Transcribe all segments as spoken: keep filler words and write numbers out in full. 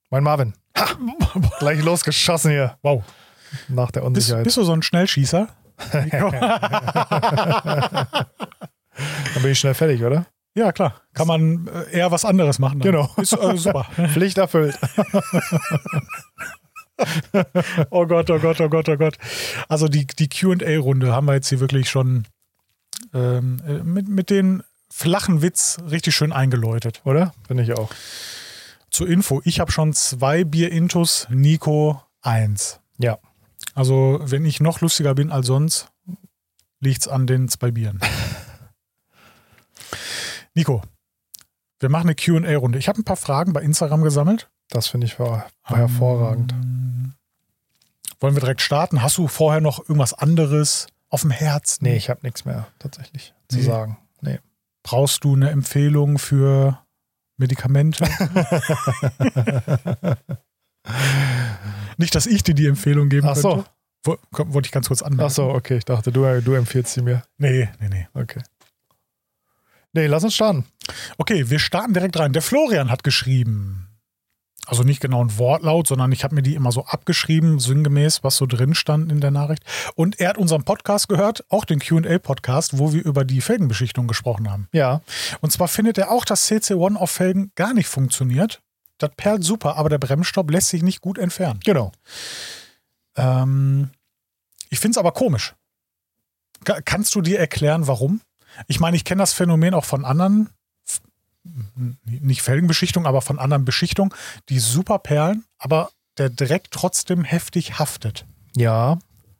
Mein Marvin. Ha! Gleich losgeschossen hier. Wow. Nach der Bist, Unsicherheit. bist du so ein Schnellschießer? Dann bin ich schnell fertig, oder? Ja, klar. Kann man äh, eher was anderes machen. Dann. Genau. Ist äh, super. Pflicht erfüllt. Oh Gott, oh Gott, oh Gott, oh Gott. Also die, die Q und A-Runde haben wir jetzt hier wirklich schon ähm, mit, mit den flachen Witz richtig schön eingeläutet. Oder? Finde ich auch. Zur Info, ich habe schon zwei Bier-Intus, Nico eins. Ja. Also wenn ich noch lustiger bin als sonst, liegt es an den zwei Bieren. Nico, wir machen eine Q und A-Runde. Ich habe ein paar Fragen bei Instagram gesammelt. Das finde ich war, war hervorragend. Ähm, wollen wir direkt starten? Hast du vorher noch irgendwas anderes auf dem Herzen? Nee, ich habe nichts mehr tatsächlich zu Nee. sagen. Nee. Brauchst du eine Empfehlung für Medikamente? Nicht, dass ich dir die Empfehlung geben Ach so. könnte. Wo, komm, wollte ich ganz kurz anmerken. Ach so, okay. Ich dachte, du, du empfiehlst sie mir. Nee, nee, nee. Okay. Nee, lass uns starten. Okay, wir starten direkt rein. Der Florian hat geschrieben, also nicht genau ein Wortlaut, sondern ich habe mir die immer so abgeschrieben, sinngemäß, was so drin stand in der Nachricht. Und er hat unseren Podcast gehört, auch den Q und A-Podcast, wo wir über die Felgenbeschichtung gesprochen haben. Ja. Und zwar findet er auch, dass C C eins auf Felgen gar nicht funktioniert. Das perlt super, aber der Bremsstopp lässt sich nicht gut entfernen. Genau. Ähm, ich finde es aber komisch. Ka- kannst du dir erklären, warum? Ich meine, ich kenne das Phänomen auch von anderen, f- nicht Felgenbeschichtung, aber von anderen Beschichtungen, die super perlen, aber der Dreck trotzdem heftig haftet. Ja.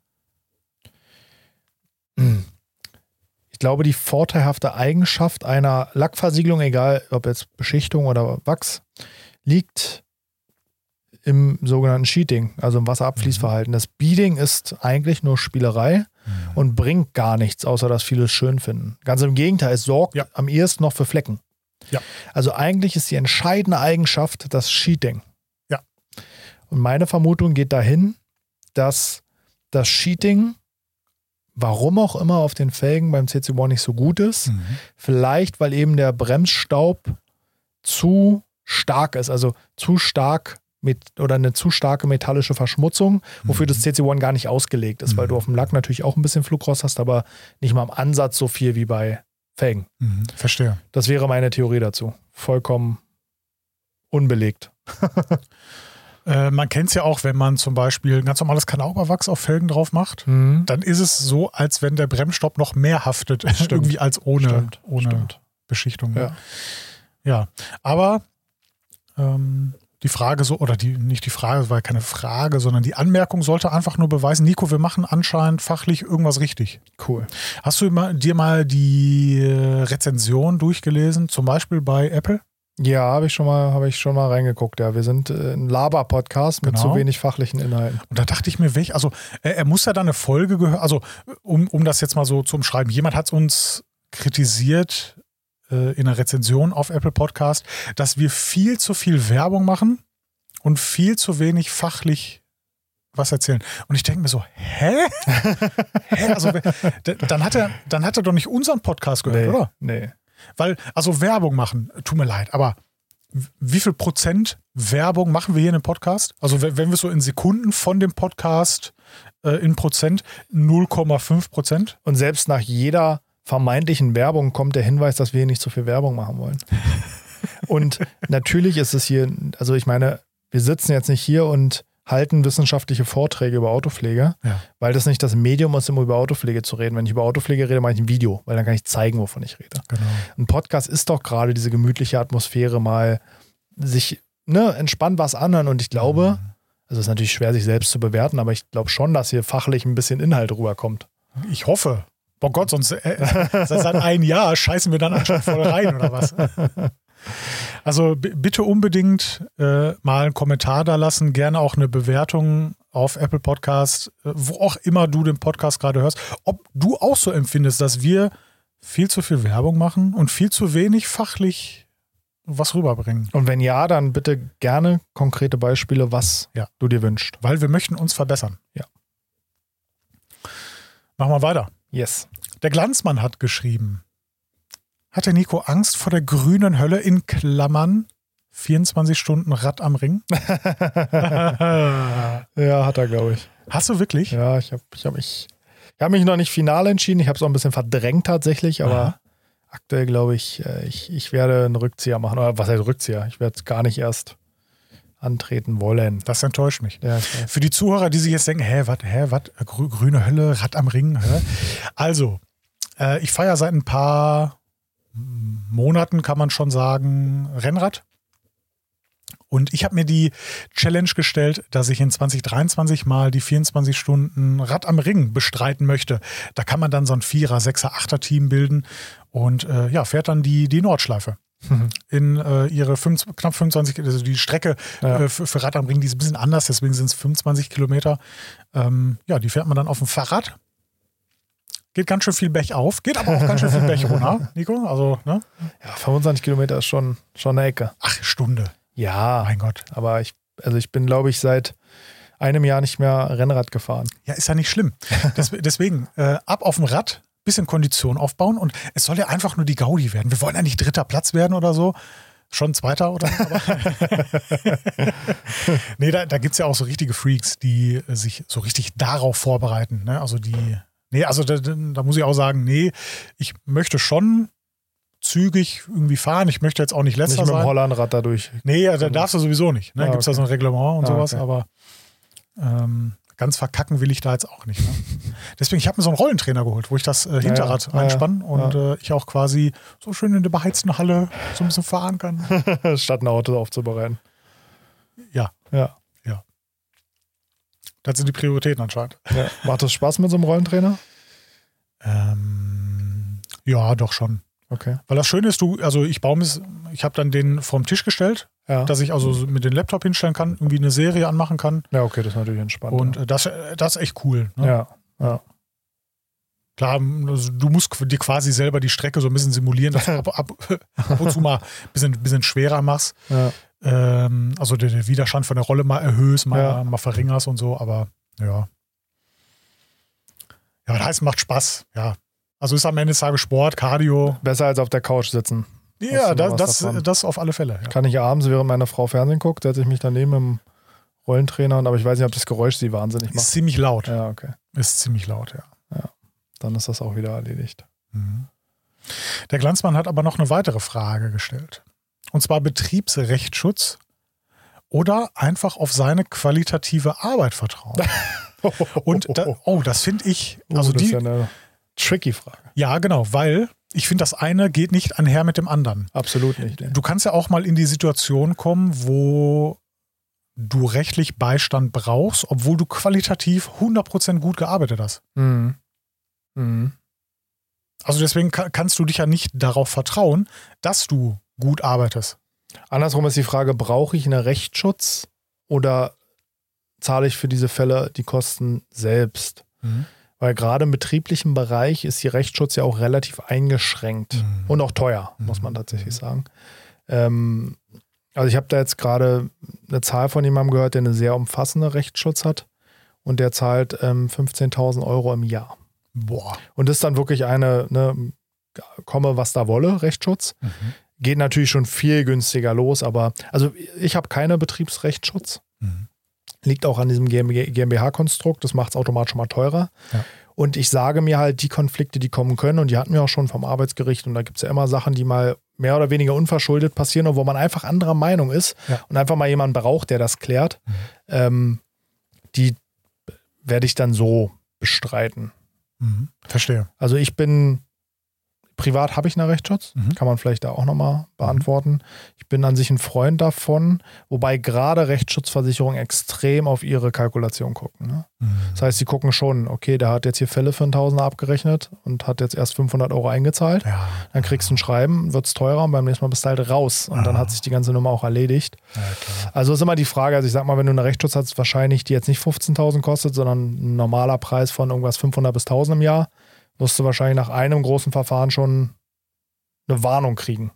Hm. Ich glaube, die vorteilhafte Eigenschaft einer Lackversiegelung, egal ob jetzt Beschichtung oder Wachs, liegt im sogenannten Sheeting, also im Wasserabfließverhalten. Das Beading ist eigentlich nur Spielerei Mhm. und bringt gar nichts, außer dass viele es schön finden. Ganz im Gegenteil, es sorgt Ja. am ehesten noch für Flecken. Ja. Also eigentlich ist die entscheidende Eigenschaft das Sheeting. Ja. Und meine Vermutung geht dahin, dass das Sheeting, warum auch immer, auf den Felgen beim C C eins nicht so gut ist. Mhm. Vielleicht, weil eben der Bremsstaub zu stark ist, also zu stark mit oder eine zu starke metallische Verschmutzung, wofür Mhm. das C C eins gar nicht ausgelegt ist, weil Mhm. du auf dem Lack natürlich auch ein bisschen Flugrost hast, aber nicht mal im Ansatz so viel wie bei Felgen. Mhm. Verstehe. Das wäre meine Theorie dazu. Vollkommen unbelegt. Äh, man kennt es ja auch, wenn man zum Beispiel ganz normales Kanauberwachs auf Felgen drauf macht, Mhm. dann ist es so, als wenn der Bremsstopp noch mehr haftet, irgendwie als ohne, Stimmt, ohne stimmt. Beschichtung. ne? Ja. Ja, aber ähm, die Frage so, oder die, nicht die Frage, es war keine Frage, sondern die Anmerkung sollte einfach nur beweisen, Nico, wir machen anscheinend fachlich irgendwas richtig. Cool. Hast du mal, dir mal die äh, Rezension durchgelesen, zum Beispiel bei Apple? Ja, habe ich schon mal, habe ich schon mal reingeguckt. Ja, wir sind äh, ein Laber-Podcast mit Genau. zu wenig fachlichen Inhalten. Und da dachte ich mir, welch, also er, er muss ja dann eine Folge gehören, also um, um das jetzt mal so zu umschreiben, jemand hat uns kritisiert äh, in einer Rezension auf Apple Podcast, dass wir viel zu viel Werbung machen und viel zu wenig fachlich was erzählen. Und ich denke mir so, hä? hä? Also d- dann hat er, dann hat er doch nicht unseren Podcast gehört, Nee, oder? nee. Weil, also Werbung machen, tut mir leid, aber wie viel Prozent Werbung machen wir hier in dem Podcast? Also wenn wenn wir so in Sekunden von dem Podcast äh, in Prozent, null Komma fünf Prozent. Und selbst nach jeder vermeintlichen Werbung kommt der Hinweis, dass wir hier nicht so viel Werbung machen wollen. Und natürlich ist es hier, also ich meine, wir sitzen jetzt nicht hier und halten wissenschaftliche Vorträge über Autopflege, Ja. weil das nicht das Medium ist, um über Autopflege zu reden. Wenn ich über Autopflege rede, mache ich ein Video, weil dann kann ich zeigen, wovon ich rede. Genau. Ein Podcast ist doch gerade diese gemütliche Atmosphäre, mal sich ne, entspannt was anhören. Und ich glaube, also es ist natürlich schwer, sich selbst zu bewerten, aber ich glaube schon, dass hier fachlich ein bisschen Inhalt rüberkommt. Ich hoffe. Boah Gott, sonst äh, seit, seit einem Jahr scheißen wir dann anscheinend voll rein oder was? Also b- bitte unbedingt äh, mal einen Kommentar da lassen, gerne auch eine Bewertung auf Apple Podcast, äh, wo auch immer du den Podcast gerade hörst, ob du auch so empfindest, dass wir viel zu viel Werbung machen und viel zu wenig fachlich was rüberbringen. Und wenn ja, dann bitte gerne konkrete Beispiele, was Ja. du dir wünschst. Weil wir möchten uns verbessern. Ja. Machen wir weiter. Yes. Der Glanzmann hat geschrieben, hat der Nico Angst vor der grünen Hölle in Klammern vierundzwanzig Stunden Rad am Ring? Ja, hat er, glaube ich. Hast du wirklich? Ja, ich habe ich hab mich, ich hab mich noch nicht final entschieden. Ich habe es auch ein bisschen verdrängt tatsächlich, aber Aha. aktuell glaube ich, ich, ich werde einen Rückzieher machen. Oder was heißt Rückzieher? Ich werde gar nicht erst antreten wollen. Das enttäuscht mich. Ja, für die Zuhörer, die sich jetzt denken, hä, was, hä, was, grüne Hölle, Rad am Ring, hä? Also, äh, ich fahre seit ein paar Monaten, kann man schon sagen, Rennrad. Und ich habe mir die Challenge gestellt, dass ich in zwanzig dreiundzwanzig mal die vierundzwanzig Stunden Rad am Ring bestreiten möchte. Da kann man dann so ein Vierer-, Sechser-, Achter-Team bilden und äh, ja, fährt dann die, die Nordschleife. Mhm. In äh, ihre fünf, knapp fünfundzwanzig, also die Strecke ja. äh, für, für Rad am Ring, die ist ein bisschen anders, deswegen sind es fünfundzwanzig Kilometer. Ähm, ja, die fährt man dann auf dem Fahrrad. Geht ganz schön viel Bech auf, geht aber auch ganz schön viel Bech runter, Nico. Also, ne? Ja, fünfundzwanzig Kilometer ist schon, schon eine Ecke. Ach, Stunde. Ja, mein Gott. Aber ich, also ich bin, glaube ich, seit einem Jahr nicht mehr Rennrad gefahren. Ja, ist ja nicht schlimm. Des, deswegen, äh, ab auf dem Rad, bisschen Kondition aufbauen und es soll ja einfach nur die Gaudi werden. Wir wollen ja nicht dritter Platz werden oder so. Schon zweiter oder so. Nee, da, da gibt es ja auch so richtige Freaks, die sich so richtig darauf vorbereiten. Ne? Also die, nee, also da, da muss ich auch sagen, nee, ich möchte schon zügig irgendwie fahren. Ich möchte jetzt auch nicht letzter sein. Nicht mit dem sein. Hollandrad dadurch. Nee, ja, da darfst du sowieso nicht. Ne? Ah, Gibt es okay. da so ein Reglement und ah, sowas, okay. aber ähm, ganz verkacken will ich da jetzt auch nicht. Ne? Deswegen, ich habe mir so einen Rollentrainer geholt, wo ich das äh, Hinterrad ja, ja, einspanne ja, und ja. Äh, ich auch quasi so schön in der beheizten Halle so ein bisschen fahren kann. Statt ein Auto aufzubereiten. Ja. Ja. Ja. Das sind die Prioritäten anscheinend. Ja. Macht das Spaß mit so einem Rollentrainer? Ähm, ja, doch schon. Okay. Weil das Schöne ist, du, also ich baue mir, ich habe dann den vom Tisch gestellt, ja. dass ich also mit dem Laptop hinstellen kann, irgendwie eine Serie anmachen kann. Ja, okay, das ist natürlich entspannt. Und ja. das, das ist echt cool. Ne? Ja, ja. Klar, also du musst dir quasi selber die Strecke so ein bisschen simulieren, dass du ab, ab, ab und zu mal ein bisschen, bisschen schwerer machst. Ja. Ähm, also den, den Widerstand von der Rolle mal erhöhst, mal, ja. mal verringerst und so, aber ja. Ja, das heißt, macht Spaß, ja. Also ist am Ende des Tages Sport, Cardio. Besser als auf der Couch sitzen. Ja, das, das, das auf alle Fälle. Ja. Kann ich abends, während meine Frau Fernsehen guckt, setze ich mich daneben im Rollentrainer, aber ich weiß nicht, ob das Geräusch sie wahnsinnig macht. Ist ziemlich laut. Ja, okay. Ist ziemlich laut, ja. Ja, dann ist das auch wieder erledigt. Mhm. Der Glanzmann hat aber noch eine weitere Frage gestellt. Und zwar Betriebsrechtsschutz oder einfach auf seine qualitative Arbeit vertrauen. Und da, oh, das finde ich, also oh, das die, ist ja eine tricky Frage. Ja, genau, weil ich finde, das eine geht nicht einher mit dem anderen. Absolut nicht. Nee. Du kannst ja auch mal in die Situation kommen, wo du rechtlich Beistand brauchst, obwohl du qualitativ hundert Prozent gut gearbeitet hast. Mhm. Mhm. Also deswegen kann, kannst du dich ja nicht darauf vertrauen, dass du gut arbeitest. Andersrum ist die Frage, brauche ich einen Rechtsschutz oder zahle ich für diese Fälle die Kosten selbst? Mhm. Weil gerade im betrieblichen Bereich ist die Rechtsschutz ja auch relativ eingeschränkt mhm. und auch teuer, mhm. muss man tatsächlich sagen. Ähm, also ich habe da jetzt gerade eine Zahl von jemandem gehört, der eine sehr umfassende Rechtsschutz hat und der zahlt ähm, fünfzehntausend Euro im Jahr. Boah. Und das ist dann wirklich eine, ne, komme was da wolle, Rechtsschutz. Mhm. Geht natürlich schon viel günstiger los, aber also ich habe keine Betriebsrechtsschutz. Mhm. Liegt auch an diesem GmbH-Konstrukt, das macht es automatisch schon mal teurer. Ja. Und ich sage mir halt, die Konflikte, die kommen können, und die hatten wir auch schon vom Arbeitsgericht, und da gibt es ja immer Sachen, die mal mehr oder weniger unverschuldet passieren und wo man einfach anderer Meinung ist ja. und einfach mal jemanden braucht, der das klärt, mhm. ähm, die werde ich dann so bestreiten. Mhm. Verstehe. Also ich bin privat habe ich einen Rechtsschutz, mhm. kann man vielleicht da auch nochmal beantworten. Mhm. Ich bin an sich ein Freund davon, wobei gerade Rechtsschutzversicherungen extrem auf ihre Kalkulation gucken. Ne? Mhm. Das heißt, sie gucken schon, okay, der hat jetzt hier Fälle für einen Tausender abgerechnet und hat jetzt erst fünfhundert Euro eingezahlt. Ja. Dann kriegst du ein Schreiben, wird es teurer und beim nächsten Mal bist du halt raus. Und ah. dann hat sich die ganze Nummer auch erledigt. Ja, also ist immer die Frage, also ich sag mal, wenn du einen Rechtsschutz hast, wahrscheinlich die jetzt nicht fünfzehntausend kostet, sondern ein normaler Preis von irgendwas fünfhundert bis tausend im Jahr, wirst du wahrscheinlich nach einem großen Verfahren schon eine Warnung kriegen.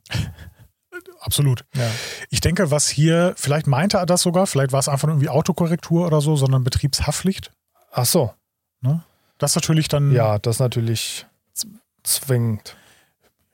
Absolut. Ja. Ich denke, was hier, vielleicht meinte er das sogar, vielleicht war es einfach irgendwie Autokorrektur oder so, sondern Betriebshaftpflicht. Ach so. Ne? Das natürlich dann... Ja, das natürlich zwingend.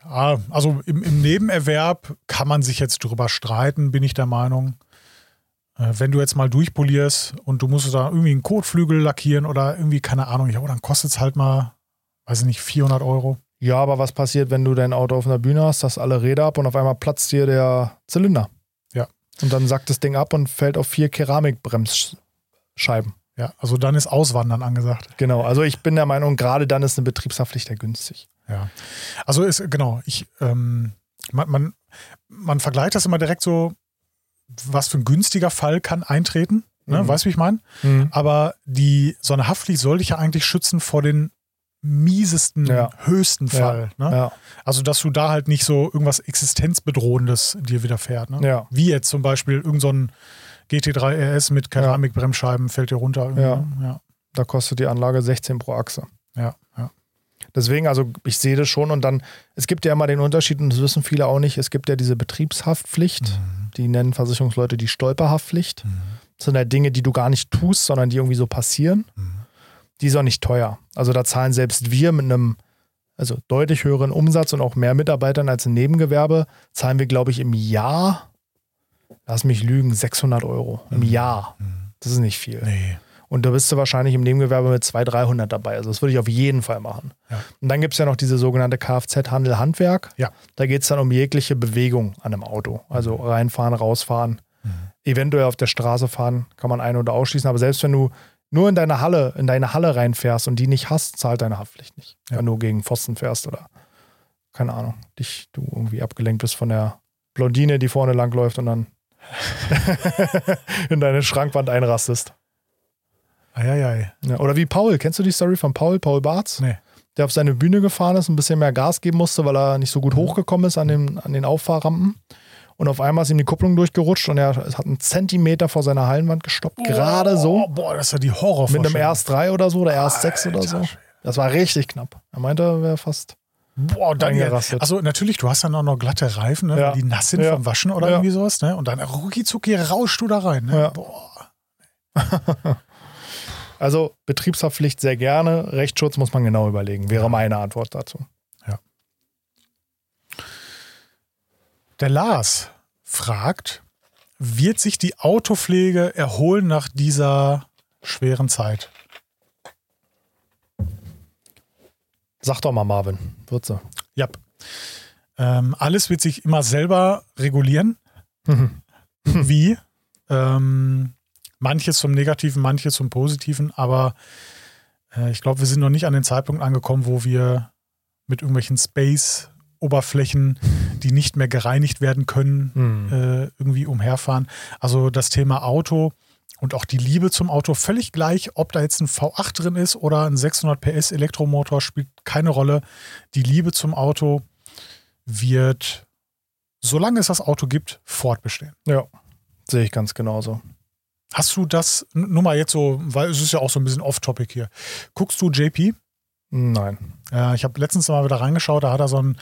Ja, also im, im Nebenerwerb kann man sich jetzt drüber streiten, bin ich der Meinung. Äh, wenn du jetzt mal durchpolierst und du musst da irgendwie einen Kotflügel lackieren oder irgendwie, keine Ahnung, ja, dann kostet es halt mal, weiß ich nicht, vierhundert Euro. Ja, aber was passiert, wenn du dein Auto auf einer Bühne hast, hast alle Räder ab und auf einmal platzt dir der Zylinder? Ja. Und dann sackt das Ding ab und fällt auf vier Keramikbremsscheiben. Ja, also dann ist Auswandern angesagt. Genau, also ich bin der Meinung, gerade dann ist eine Betriebshaftpflicht ja günstig. Ja, also ist, genau, ich, ähm, man, man, man vergleicht das immer direkt so, was für ein günstiger Fall kann eintreten, ne? Mhm. Weißt du, wie ich meine? Mhm. Aber die, so eine Haftpflicht soll dich ja eigentlich schützen vor den miesesten, Ja. höchsten Fall. Ja. Ne? Ja. Also, dass du da halt nicht so irgendwas Existenzbedrohendes dir widerfährt. Ne? Ja. Wie jetzt zum Beispiel irgend so ein G T drei R S mit Keramikbremsscheiben fällt dir runter. Ja. Ja. Da kostet die Anlage sechzehn pro Achse. Ja, ja. Deswegen, also ich sehe das schon und dann, es gibt ja immer den Unterschied und das wissen viele auch nicht, es gibt ja diese Betriebshaftpflicht, mhm. die nennen Versicherungsleute die Stolperhaftpflicht. Mhm. Das sind halt Dinge, die du gar nicht tust, sondern die irgendwie so passieren. Mhm. Die ist auch nicht teuer. Also da zahlen selbst wir mit einem also deutlich höheren Umsatz und auch mehr Mitarbeitern als im Nebengewerbe, zahlen wir, glaube ich, im Jahr, lass mich lügen, sechshundert Euro im mhm. Jahr. Das ist nicht viel. Nee. Und da bist du wahrscheinlich im Nebengewerbe mit zweihundert, dreihundert dabei. Also das würde ich auf jeden Fall machen. Ja. Und dann gibt es ja noch diese sogenannte Kfz-Handel-Handwerk. Ja. Da geht es dann um jegliche Bewegung an einem Auto. Also reinfahren, rausfahren. Mhm. Eventuell auf der Straße fahren, kann man ein- oder ausschließen. Aber selbst wenn du nur in deine Halle, in deine Halle reinfährst und die nicht hast, zahlt deine Haftpflicht nicht. Ja. Wenn du gegen Pfosten fährst oder, keine Ahnung, dich, du irgendwie abgelenkt bist von der Blondine, die vorne langläuft und dann in deine Schrankwand einrastest. Eieiei. Ja, oder wie Paul. Kennst du die Story von Paul, Paul Bartz? Nee. Der auf seine Bühne gefahren ist, ein bisschen mehr Gas geben musste, weil er nicht so gut hochgekommen ist an den, an den Auffahrrampen. Und auf einmal ist ihm die Kupplung durchgerutscht und er hat einen Zentimeter vor seiner Hallenwand gestoppt. Oh, Gerade so. Boah, das ist ja die Horrorvorstellung. Mit einem R S drei oder so oder R S sechs oder so. Das war richtig knapp. Er meinte, er wäre fast Boah, dann eingerastet. Also natürlich, du hast dann auch noch glatte Reifen, ne, Ja. die nass sind Ja. vom Waschen oder Ja. irgendwie sowas. Ne? Und dann rucki-zucki rauschst du da rein. Ne? Ja. Boah. Also Betriebshaftpflicht sehr gerne. Rechtsschutz muss man genau überlegen. Wäre Ja. meine Antwort dazu. Ja. Der Lars fragt, wird sich die Autopflege erholen nach dieser schweren Zeit? Sag doch mal, Marvin. Wird sie. Ja. Ähm, alles wird sich immer selber regulieren. Mhm. Wie? Ähm, manches zum Negativen, manches zum Positiven, aber äh, ich glaube, wir sind noch nicht an den Zeitpunkt angekommen, wo wir mit irgendwelchen Space-Oberflächen, die nicht mehr gereinigt werden können, Mhm. äh, irgendwie umherfahren. Also das Thema Auto und auch die Liebe zum Auto, völlig gleich, ob da jetzt ein V acht drin ist oder ein sechshundert P S Elektromotor, spielt keine Rolle. Die Liebe zum Auto wird, solange es das Auto gibt, fortbestehen. Ja, sehe ich ganz genauso. Hast du das, n- nur mal jetzt so, weil es ist ja auch so ein bisschen off-topic hier. Guckst du J P? Nein. Äh, ich habe letztens mal wieder reingeschaut, da hat er so ein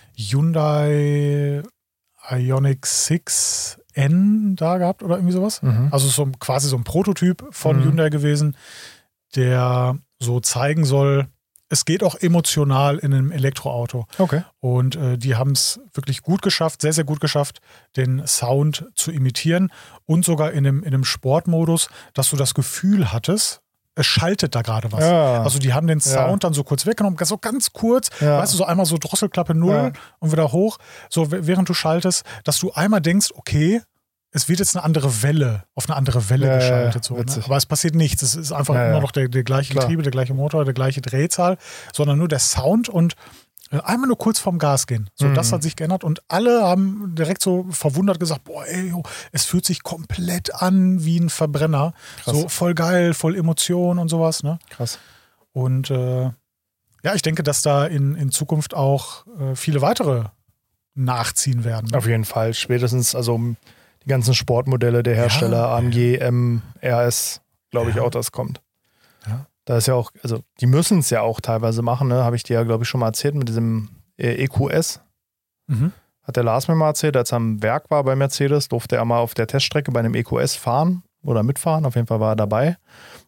Hyundai Ioniq six N da gehabt oder irgendwie sowas. Mhm. Also so ein- quasi so ein Prototyp von Mhm. Hyundai gewesen, der so zeigen soll, es geht auch emotional in einem Elektroauto. Okay. Und äh, die haben es wirklich gut geschafft, sehr, sehr gut geschafft, den Sound zu imitieren und sogar in einem, in einem Sportmodus, dass du das Gefühl hattest, es schaltet da gerade was. Ja. Also die haben den Sound Ja. dann so kurz weggenommen, so ganz kurz, Ja. weißt du, so einmal so Drosselklappe null Ja. und wieder hoch, so w- während du schaltest, dass du einmal denkst, okay, es wird jetzt eine andere Welle, auf eine andere Welle Ja, ja, geschaltet. ja, So, ne? witzig. Aber es passiert nichts. Es ist einfach Ja, immer ja. noch der, der gleiche Klar. Getriebe, der gleiche Motor, der gleiche Drehzahl, sondern nur der Sound und äh, einmal nur kurz vorm Gas gehen. So, Mhm. das hat sich geändert und alle haben direkt so verwundert gesagt, boah, ey, jo, es fühlt sich komplett an wie ein Verbrenner. Krass. So voll geil, voll Emotion und sowas. Ne? Krass. Und äh, ja, ich denke, dass da in, in Zukunft auch äh, viele weitere nachziehen werden. Auf jeden Fall. Spätestens, also die ganzen Sportmodelle der Hersteller, Ja. A M G, M, R S, glaube ich Ja. auch, das kommt. Ja. Da ist ja auch, also die müssen es ja auch teilweise machen, ne? Habe ich dir ja, glaube ich, schon mal erzählt mit diesem äh, E Q S. Mhm. Hat der Lars mir mal erzählt, als er am Werk war bei Mercedes, durfte er mal auf der Teststrecke bei einem E Q S fahren oder mitfahren. Auf jeden Fall war er dabei.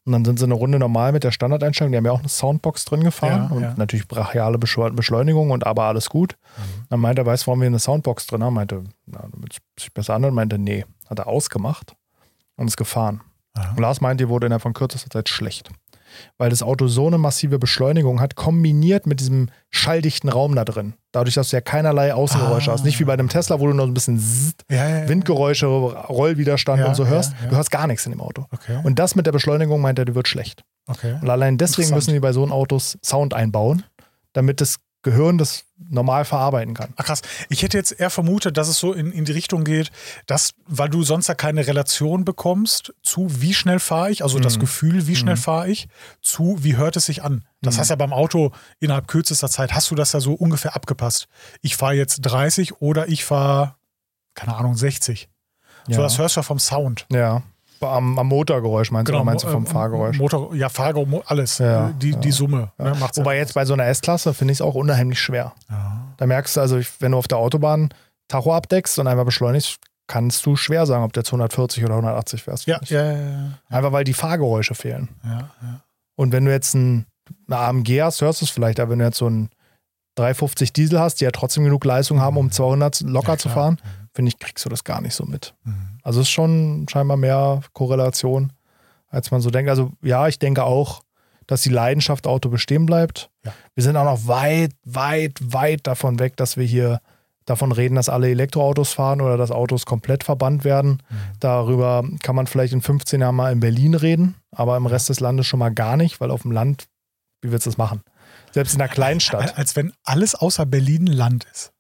Und dann sind sie eine Runde normal mit der Standardeinstellung, die haben ja auch eine Soundbox drin gefahren Ja, und ja. natürlich brachiale Beschleunigung und aber alles gut. Mhm. Dann meinte er, weißt du, warum wir eine Soundbox drin haben? Meinte, na, damit es sich besser anhört. Meinte, nee, hat er ausgemacht und ist gefahren. Aha. Und Lars meinte, die wurde innerhalb von kürzester Zeit schlecht. Weil das Auto so eine massive Beschleunigung hat, kombiniert mit diesem schalldichten Raum da drin. Dadurch, dass du ja keinerlei Außengeräusche Ah. hast. Nicht wie bei einem Tesla, wo du noch ein bisschen Zzt, Ja, ja, ja. Windgeräusche, Rollwiderstand Ja, und so hörst. ja, ja. Du hörst gar nichts in dem Auto. Okay. Und das mit der Beschleunigung meint er, die wird schlecht. okay. Und allein deswegen Interessant. müssen die bei so Autos Sound einbauen, damit das Gehirn das normal verarbeiten kann. Ach krass. Ich hätte jetzt eher vermutet, dass es so in, in die Richtung geht, dass, weil du sonst ja keine Relation bekommst zu wie schnell fahre ich, also das Mhm. Gefühl, wie schnell Mhm. fahre ich, zu wie hört es sich an. Das Mhm. heißt ja beim Auto innerhalb kürzester Zeit hast du das ja so ungefähr abgepasst. Ich fahre jetzt dreißig oder ich fahre, keine Ahnung, sechzig. So, Ja. das hörst du ja vom Sound. Ja. Am, am Motorgeräusch meinst du, oder meinst du vom äh, Fahrgeräusch? Motor, ja, Fahrgeräusch, mo- alles. Ja, die, ja. die Summe. Ne, macht's Wobei ja jetzt bei so einer S-Klasse finde ich es auch unheimlich schwer. Ja. Da merkst du also, wenn du auf der Autobahn Tacho abdeckst und einmal beschleunigst, kannst du schwer sagen, ob du jetzt hundertvierzig oder hundertachtzig fährst. Ja, finde ich. ja, ja, ja, Einfach weil die Fahrgeräusche fehlen. ja, ja. Und wenn du jetzt ein, eine A M G hast, hörst du es vielleicht, aber wenn du jetzt so ein dreihundertfünfzig Diesel hast, die ja trotzdem genug Leistung haben, um zweihundert locker Ja, zu klar. fahren, finde ich, kriegst du das gar nicht so mit. Mhm. Also es ist schon scheinbar mehr Korrelation, als man so denkt. Also ja, ich denke auch, dass die Leidenschaft Auto bestehen bleibt. Ja. Wir sind auch noch weit, weit, weit davon weg, dass wir hier davon reden, dass alle Elektroautos fahren oder dass Autos komplett verbannt werden. Mhm. Darüber kann man vielleicht in fünfzehn Jahren mal in Berlin reden, aber im Rest des Landes schon mal gar nicht, weil auf dem Land, wie willst du das machen? Selbst in einer Kleinstadt. Als wenn alles außer Berlin Land ist.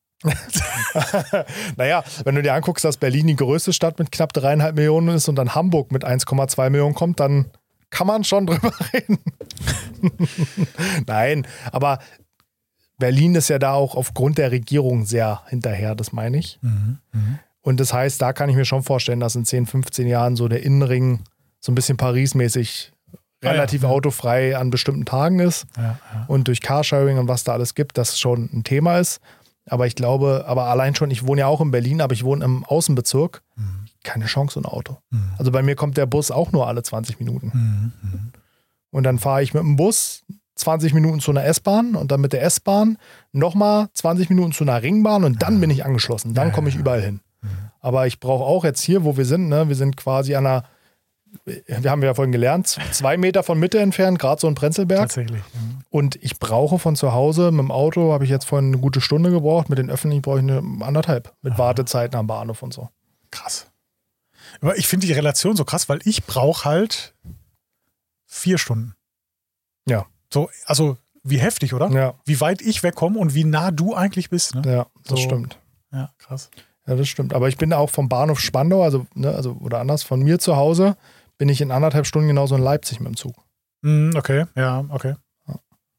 Naja, wenn du dir anguckst, dass Berlin die größte Stadt mit knapp dreieinhalb Millionen ist und dann Hamburg mit eins Komma zwei Millionen kommt, dann kann man schon drüber reden. Nein, aber Berlin ist ja da auch aufgrund der Regierung sehr hinterher, das meine ich. Mhm. Mhm. Und das heißt, da kann ich mir schon vorstellen, dass in zehn, fünfzehn Jahren so der Innenring so ein bisschen Paris-mäßig relativ ja. autofrei an bestimmten Tagen ist. Ja, ja. Und durch Carsharing und was da alles gibt, das schon ein Thema ist. Aber ich glaube, aber allein schon, ich wohne ja auch in Berlin, aber ich wohne im Außenbezirk. Mhm. Keine Chance, so ein Auto. Mhm. Also bei mir kommt der Bus auch nur alle zwanzig Minuten. Mhm. Mhm. Und dann fahre ich mit dem Bus zwanzig Minuten zu einer S-Bahn und dann mit der S-Bahn nochmal zwanzig Minuten zu einer Ringbahn und dann bin ich angeschlossen. Dann Ja, komme ich ja. überall hin. Mhm. Aber ich brauche auch jetzt hier, wo wir sind, ne, wir sind quasi an einer, wir haben ja vorhin gelernt, zwei Meter von Mitte entfernt, gerade so in Prenzlberg. Tatsächlich. Mhm. Und ich brauche von zu Hause, mit dem Auto habe ich jetzt vorhin eine gute Stunde gebraucht, mit den Öffentlichen brauche ich eine anderthalb, mit Wartezeiten am Bahnhof und so. Krass. Aber ich finde die Relation so krass, weil ich brauche halt vier Stunden. Ja. So, also wie heftig, oder? Ja, Wie weit ich wegkomme und wie nah du eigentlich bist. Ne? ja, das So. stimmt. Ja, krass. Ja, das stimmt. Aber ich bin auch vom Bahnhof Spandau, also, ne, also oder anders, von mir zu Hause bin ich in anderthalb Stunden genauso in Leipzig mit dem Zug. Mhm, okay, ja, okay. Ja.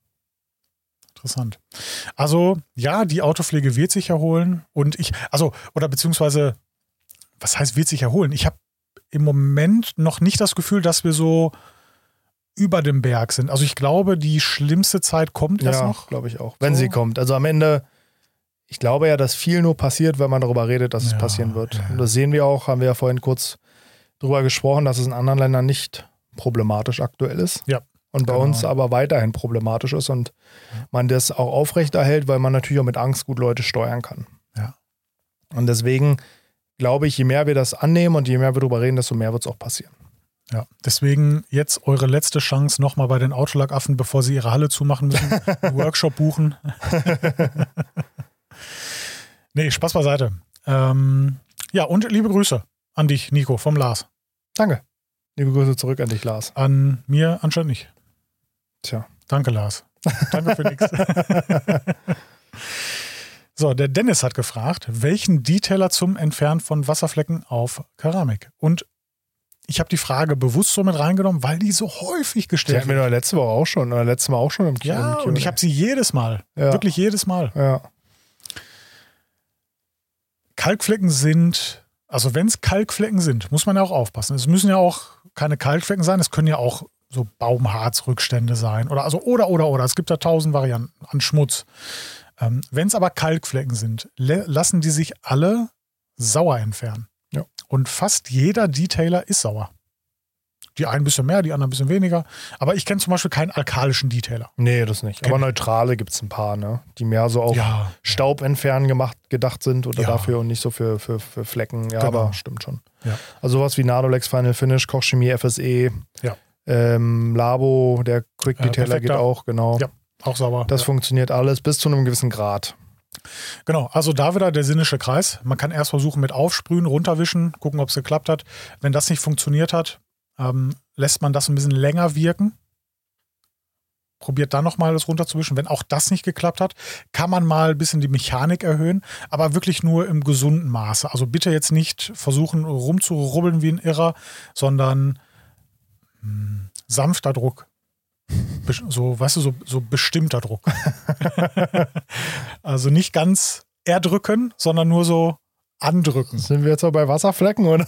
Interessant. Also, ja, die Autopflege wird sich erholen und ich, also, oder beziehungsweise, was heißt wird sich erholen? Ich habe im Moment noch nicht das Gefühl, dass wir so über dem Berg sind. Also ich glaube, die schlimmste Zeit kommt erst Ja, noch. glaube ich auch. Wenn So. sie kommt. Also am Ende, ich glaube ja, dass viel nur passiert, wenn man darüber redet, dass es Ja, passieren wird. ja. Und das sehen wir auch, haben wir ja vorhin kurz drüber gesprochen, dass es in anderen Ländern nicht problematisch aktuell ist. Ja, Und bei genau. uns aber weiterhin problematisch ist und man das auch aufrechterhält, weil man natürlich auch mit Angst gut Leute steuern kann. Ja. Und deswegen glaube ich, je mehr wir das annehmen und je mehr wir darüber reden, desto mehr wird es auch passieren. Ja, deswegen jetzt eure letzte Chance nochmal bei den Autolackaffen, bevor sie ihre Halle zumachen müssen, einen Workshop buchen. Nee, Spaß beiseite. Ähm, ja, und liebe Grüße an dich, Nico, vom Lars. Danke. Liebe Grüße zurück an dich, Lars. An mir anscheinend nicht. Tja. Danke, Lars. Danke für nichts. So, der Dennis hat gefragt, welchen Detailer zum Entfernen von Wasserflecken auf Keramik? Und ich habe die Frage bewusst so mit reingenommen, weil die so häufig Die gestellt hatten wir wird. doch letzte Woche auch schon, oder letztes Mal auch schon im Ja, im Q und A. und ich habe sie jedes Mal, Ja. wirklich jedes Mal. Ja. Kalkflecken sind, also wenn es Kalkflecken sind, muss man ja auch aufpassen. Es müssen ja auch keine Kalkflecken sein, es können ja auch so Baumharzrückstände sein oder also oder oder oder. Es gibt da tausend Varianten an Schmutz. Ähm, wenn es aber Kalkflecken sind, lassen die sich alle sauer entfernen. Ja. Und fast jeder Detailer ist sauer. Die einen ein bisschen mehr, die anderen ein bisschen weniger. Aber ich kenne zum Beispiel keinen alkalischen Detailer. Nee, das nicht. Aber neutrale gibt es ein paar, ne? Die mehr so auf Ja, Staub entfernen gemacht, gedacht sind oder Ja. dafür und nicht so für, für, für Flecken. Ja, Genau. aber stimmt schon. Ja. Also sowas wie Nadolex Final Finish, Kochchemie, F S E, Ja. ähm, Labo, der Quick Äh, Detailer geht Perfekter. auch, genau. Ja, auch sauber. Das ja. funktioniert alles bis zu einem gewissen Grad. Genau, also da wieder der sinnische Kreis. Man kann erst versuchen mit Aufsprühen, runterwischen, gucken, ob es geklappt hat. Wenn das nicht funktioniert hat, ähm, lässt man das ein bisschen länger wirken. Probiert dann nochmal das runterzuwischen. Wenn auch das nicht geklappt hat, kann man mal ein bisschen die Mechanik erhöhen, aber wirklich nur im gesunden Maße. Also bitte jetzt nicht versuchen rumzurubbeln wie ein Irrer, sondern mh, sanfter Druck. Besch- So, weißt du, so, so bestimmter Druck. Also nicht ganz erdrücken, sondern nur so andrücken. Sind wir jetzt auch bei Wasserflecken, oder?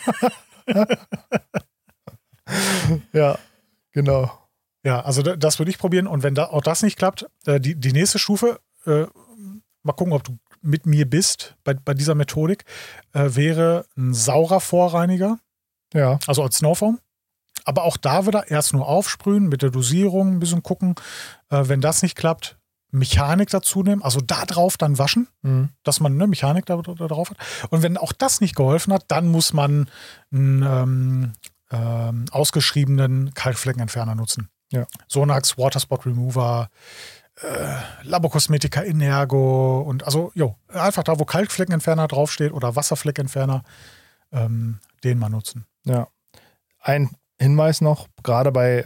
Ja, genau. Ja, also da- das würde ich probieren. Und wenn da auch das nicht klappt, äh, die, die nächste Stufe, äh, mal gucken, ob du mit mir bist bei, bei dieser Methodik, äh, wäre ein saurer Vorreiniger, Ja, also als Snowfoam. Aber auch da wieder erst nur aufsprühen, mit der Dosierung ein bisschen gucken. Äh, wenn das nicht klappt, Mechanik dazu nehmen, also da drauf dann waschen, mhm. dass man eine Mechanik da, da drauf hat. Und wenn auch das nicht geholfen hat, dann muss man einen ähm, ähm, ausgeschriebenen Kalkfleckenentferner nutzen. Ja. Sonax, Waterspot Remover, äh, Labokosmetika Inergo und also, jo, einfach da, wo Kalkfleckenentferner draufsteht oder Wasserfleckentferner, ähm, den mal nutzen. Ja. Ein Hinweis noch, gerade bei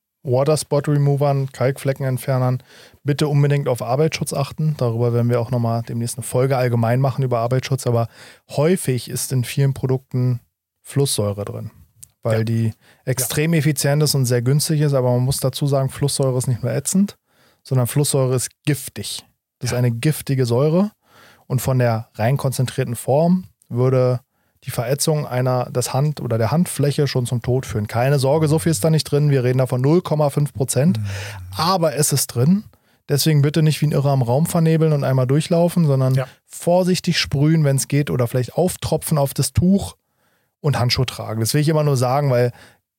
Waterspot-Removern, Kalkfleckenentfernern, bitte unbedingt auf Arbeitsschutz achten. Darüber werden wir auch nochmal demnächst eine Folge allgemein machen über Arbeitsschutz, aber häufig ist in vielen Produkten Flusssäure drin, weil Ja. die extrem effizient ist und sehr günstig ist, aber man muss dazu sagen, Flusssäure ist nicht nur ätzend, sondern Flusssäure ist giftig. Das ist eine giftige Säure und von der rein konzentrierten Form würde die Verätzung einer des Hand- oder der Handfläche schon zum Tod führen. Keine Sorge, so viel ist da nicht drin. Wir reden da von null Komma fünf Prozent. Aber es ist drin. Deswegen bitte nicht wie ein Irrer am Raum vernebeln und einmal durchlaufen, sondern Ja. vorsichtig sprühen, wenn es geht, oder vielleicht auftropfen auf das Tuch und Handschuhe tragen. Das will ich immer nur sagen, weil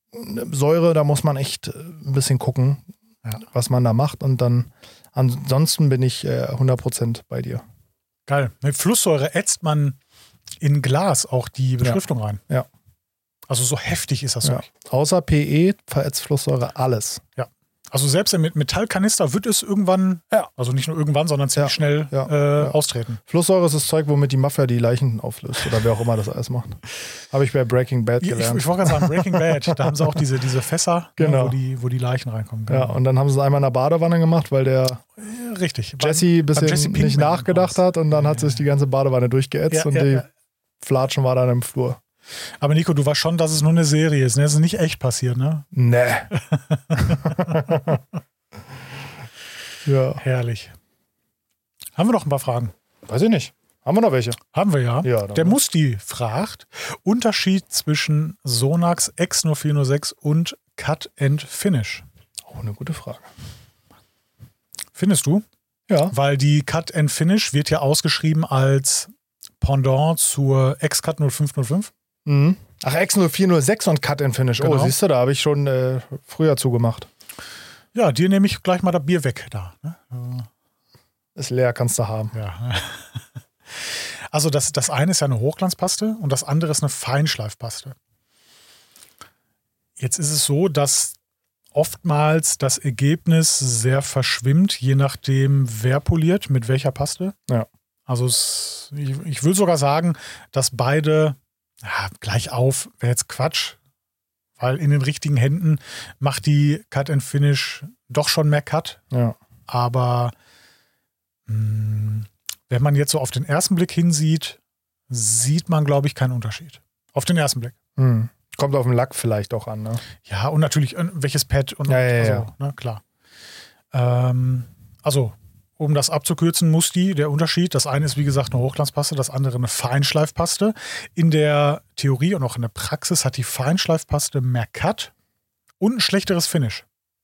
Säure, da muss man echt ein bisschen gucken, Ja. was man da macht. Und dann ansonsten bin ich äh, hundert Prozent bei dir. Geil. Mit Flusssäure ätzt man in Glas auch die Beschriftung rein. Ja. Also so heftig ist das Ja. Zeug. Außer P E verätzt Flusssäure alles. Also selbst im Metallkanister wird es irgendwann, Ja. also nicht nur irgendwann, sondern ziemlich Ja. schnell Ja. Äh, Ja. austreten. Flusssäure ist das Zeug, womit die Mafia die Leichen auflöst. Oder wer auch immer das alles macht. Habe ich bei Breaking Bad Ich, ich, gelernt. ich wollte gerade sagen, Breaking Bad, da haben sie auch diese, diese Fässer, Genau. ne, wo, die, wo die Leichen reinkommen. Ja, und dann haben sie es einmal in der Badewanne gemacht, weil der Ja, richtig. Jesse ein bisschen Jesse nicht Pinkman nachgedacht war's. hat und dann hat sich die ganze Badewanne durchgeätzt Ja, und ja, die ja. Flatschen war dann im Flur. Aber Nico, du weißt schon, dass es nur eine Serie ist. Ne? Das ist nicht echt passiert, ne? Nee. Ja, Herrlich. Haben wir noch ein paar Fragen? weiß ich nicht. Haben wir noch welche? Haben wir ja. Ja, dann- Der Musti fragt, Unterschied zwischen Sonax X null vier null sechs und Cut and Finish. Oh, eine gute Frage. Findest du? Ja. Weil die Cut and Finish wird ja ausgeschrieben als Pendant zur X-Cut null fünf null fünf. Mhm. Ach, X null vier null sechs und Cut and Finish. Oh, Genau. siehst du, da habe ich schon äh, früher zugemacht. Ja, dir nehme ich gleich mal das Bier weg da. Ne? Ist leer, kannst du haben. Ja. Also das, das eine ist ja eine Hochglanzpaste und das andere ist eine Feinschleifpaste. Jetzt ist es so, dass oftmals das Ergebnis sehr verschwimmt, je nachdem, wer poliert, mit welcher Paste. Ja. Also es, ich, ich will sogar sagen, dass beide, ja, gleich auf, wäre jetzt Quatsch, weil in den richtigen Händen macht die Cut and Finish doch schon mehr Cut. Ja. Aber mh, wenn man jetzt so auf den ersten Blick hinsieht, sieht man, glaube ich, keinen Unterschied. Auf den ersten Blick. Hm. Kommt auf den Lack vielleicht auch an, ne? Ja, und natürlich äh, welches Pad und, Ja, ja, also, ja. Ne, klar. Ähm, also, um das abzukürzen, muss die, der Unterschied, das eine ist wie gesagt eine Hochglanzpaste, das andere eine Feinschleifpaste. In der Theorie und auch in der Praxis hat die Feinschleifpaste mehr Cut und ein schlechteres Finish.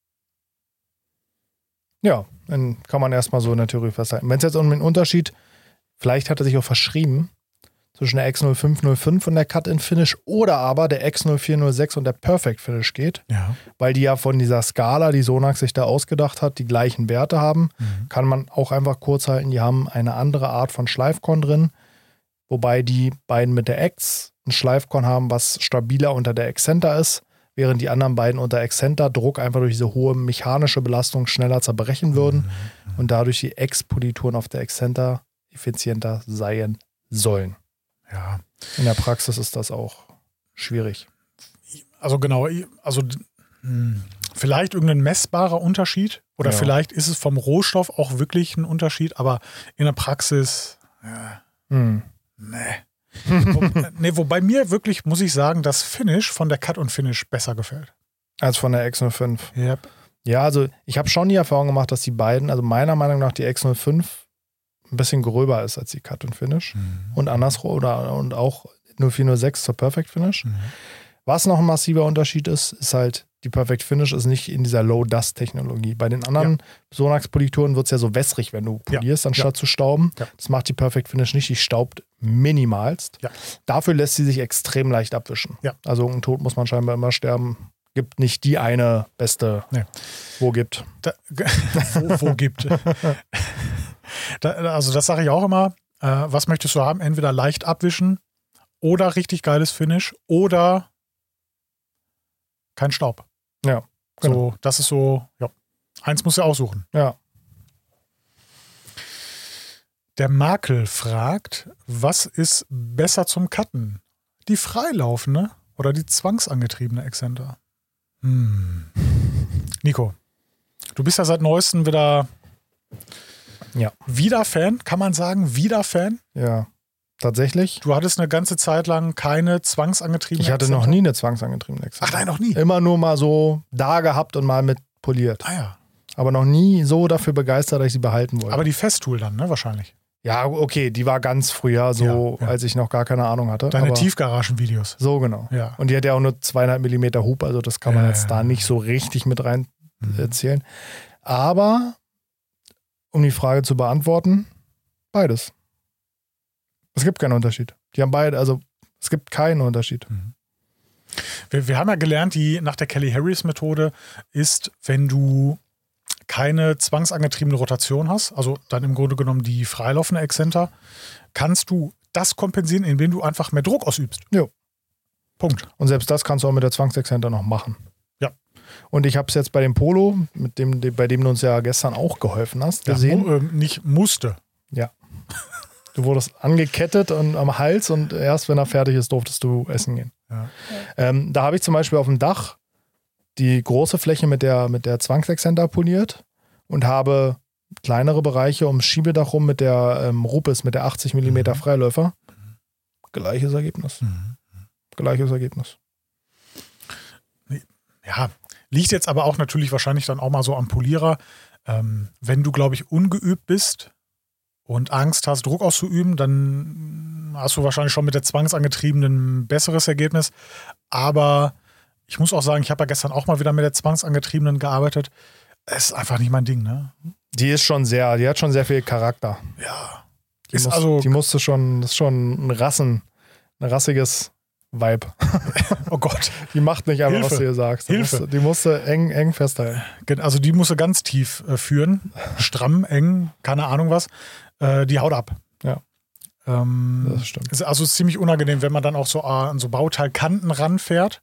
Ja, dann kann man erstmal so in der Theorie festhalten. Wenn es jetzt um den Unterschied, vielleicht hat er sich auch verschrieben, zwischen der X null fünf null fünf und der Cut-in-Finish oder aber der X null vier null sechs und der Perfect Finish geht, Ja. weil die ja von dieser Skala, die Sonax sich da ausgedacht hat, die gleichen Werte haben. Mhm. Kann man auch einfach kurz halten, die haben eine andere Art von Schleifkorn drin, wobei die beiden mit der X ein Schleifkorn haben, was stabiler unter der Excenter ist, während die anderen beiden unter Excenter-Druck einfach durch diese hohe mechanische Belastung schneller zerbrechen würden Mhm. und dadurch die X-Polituren auf der Excenter effizienter sein sollen. Ja. In der Praxis ist das auch schwierig. Also genau, also mh, vielleicht irgendein messbarer Unterschied oder Ja. vielleicht ist es vom Rohstoff auch wirklich ein Unterschied, aber in der Praxis, ja, Hm. nee. Wo, nee, wobei mir wirklich, muss ich sagen, das Finish von der Cut und Finish besser gefällt. Als von der X null fünf. Yep. Ja, also ich habe schon die Erfahrung gemacht, dass die beiden, also meiner Meinung nach die X null fünf ein bisschen gröber ist als die Cut und Finish. Mhm. Und andersrum oder und auch null vier null sechs zur Perfect Finish. Mhm. Was noch ein massiver Unterschied ist, ist halt, die Perfect Finish ist nicht in dieser Low-Dust-Technologie. Bei den anderen Sonax-Polituren wird es ja so wässrig, wenn du polierst, Ja. anstatt Ja. zu stauben. Ja. Das macht die Perfect Finish nicht, die staubt minimalst. Ja. Dafür lässt sie sich extrem leicht abwischen. Ja. Also ein Tod muss man scheinbar immer sterben. Gibt nicht die eine beste, Nee. wo gibt. Da, wo, wo gibt. Da, also das sage ich auch immer. Äh, was möchtest du haben? Entweder leicht abwischen oder richtig geiles Finish oder kein Staub. Ja, genau. So, das ist so, ja. Eins muss er aussuchen. Ja. Der Makel fragt, was ist besser zum Cutten? Die freilaufende oder die zwangsangetriebene Exzenter? Hm. Nico, du bist ja seit neuestem wieder Ja. wieder Fan, kann man sagen, wieder Fan. Ja. Tatsächlich. Du hattest eine ganze Zeit lang keine zwangsangetriebene Ich hatte Exzenter? noch nie eine zwangsangetriebene Exzenter. Ach nein, noch nie. Immer nur mal so da gehabt und mal mit poliert. Ah ja. Aber noch nie so dafür begeistert, dass ich sie behalten wollte. Aber die Festool dann, ne, wahrscheinlich. Ja, okay, die war ganz früher so, Ja, ja. als ich noch gar keine Ahnung hatte. Deine aber Tiefgaragenvideos. so genau. Ja. Und die hat ja auch nur zweieinhalb Millimeter Hub, also das kann man Ja, jetzt ja, da ja. nicht so richtig mit rein Mhm. erzählen. Aber, um die Frage zu beantworten, beides. Es gibt keinen Unterschied. Die haben beide, also es gibt keinen Unterschied. Wir, wir haben ja gelernt, die nach der Kelly-Harris-Methode ist, wenn du keine zwangsangetriebene Rotation hast, also dann im Grunde genommen die freilaufende Exzenter, kannst du das kompensieren, indem du einfach mehr Druck ausübst. Jo. Punkt. Und selbst das kannst du auch mit der Zwangsexzenter noch machen. Ja. Und ich habe es jetzt bei dem Polo, mit dem, bei dem du uns ja gestern auch geholfen hast, gesehen. Ja, mu- ähm, nicht musste. Ja. Du wurdest angekettet und am Hals und erst wenn er fertig ist, durftest du essen gehen. Ja. Ähm, da habe ich zum Beispiel auf dem Dach die große Fläche mit der, mit der Zwangsexzenter poliert und habe kleinere Bereiche ums Schiebedach rum mit der ähm, Rupes, mit der achtzig Millimeter Mhm. Freiläufer. Gleiches Ergebnis. Mhm. Gleiches Ergebnis. Ja, liegt jetzt aber auch natürlich wahrscheinlich dann auch mal so am Polierer. Ähm, wenn du, glaube ich, ungeübt bist und Angst hast, Druck auszuüben, dann hast du wahrscheinlich schon mit der zwangsangetriebenen ein besseres Ergebnis. Aber ich muss auch sagen, ich habe ja gestern auch mal wieder mit der zwangsangetriebenen gearbeitet. Es ist einfach nicht mein Ding, ne? Die ist schon sehr, die hat schon sehr viel Charakter. Ja. Die, Ist muss, also- die musste schon, das ist schon ein Rassen, ein rassiges Vibe. Oh Gott. Die macht nicht einfach, Hilfe. was du ihr sagst. Die Hilfe. musste, die musste eng, eng festhalten. Also die musst du ganz tief äh, führen. Stramm, eng, keine Ahnung was. Äh, die haut ab. Ja. Ähm, Das stimmt. ist also es ist ziemlich unangenehm, wenn man dann auch so äh, an so Bauteilkanten ranfährt.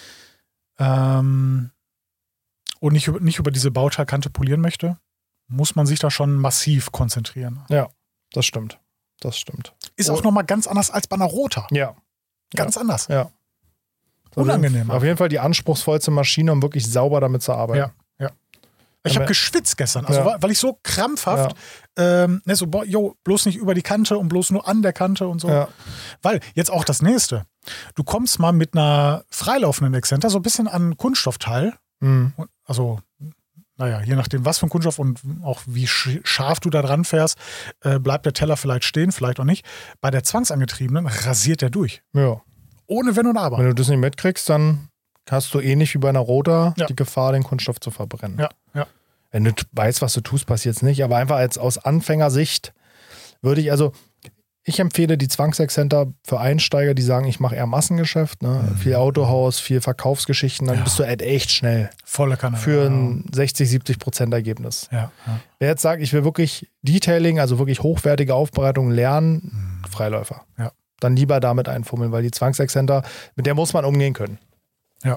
Ähm, und nicht, über- nicht über diese Bauteilkante polieren möchte, muss man sich da schon massiv konzentrieren. Das stimmt. Das stimmt. Ist Oh. auch nochmal ganz anders als bei einer Rota. Ja. Ganz anders. Ja. Unangenehm. Auf jeden Fall die anspruchsvollste Maschine, um wirklich sauber damit zu arbeiten. Ja. Ich habe Aber- geschwitzt gestern, also Ja. weil, weil ich so krampfhaft, ähm, ne, so, boah, jo, bloß nicht über die Kante und bloß nur an der Kante und so. Ja. Weil, jetzt auch das nächste. Du kommst mal mit einer freilaufenden Exzenter so ein bisschen an Kunststoffteil. Mhm. Und- Also, naja, je nachdem, was für ein Kunststoff und auch wie sch- scharf du da dran fährst, äh, bleibt der Teller vielleicht stehen, vielleicht auch nicht. Bei der zwangsangetriebenen rasiert der durch. Ja. Ohne Wenn und Aber. Wenn du das nicht mitkriegst, dann hast du ähnlich wie bei einer Rota Ja. die Gefahr, den Kunststoff zu verbrennen. Ja, ja. Wenn du t- weißt, was du tust, passiert es nicht. Aber einfach als aus Anfängersicht würde ich, also ich empfehle die Zwangsexcenter für Einsteiger, die sagen, ich mache eher Massengeschäft, ne? Mhm. Viel Autohaus, viel Verkaufsgeschichten, dann ja. bist du halt echt schnell. Volle Kanne. Für ein sechzig, siebzig Prozent Ergebnis. Ja, ja. Wer jetzt sagt, ich will wirklich Detailing, also wirklich hochwertige Aufbereitung lernen, mhm. Freiläufer. Ja. Dann lieber damit einfummeln, weil die Zwangsexenter, mit der muss man umgehen können. Ja.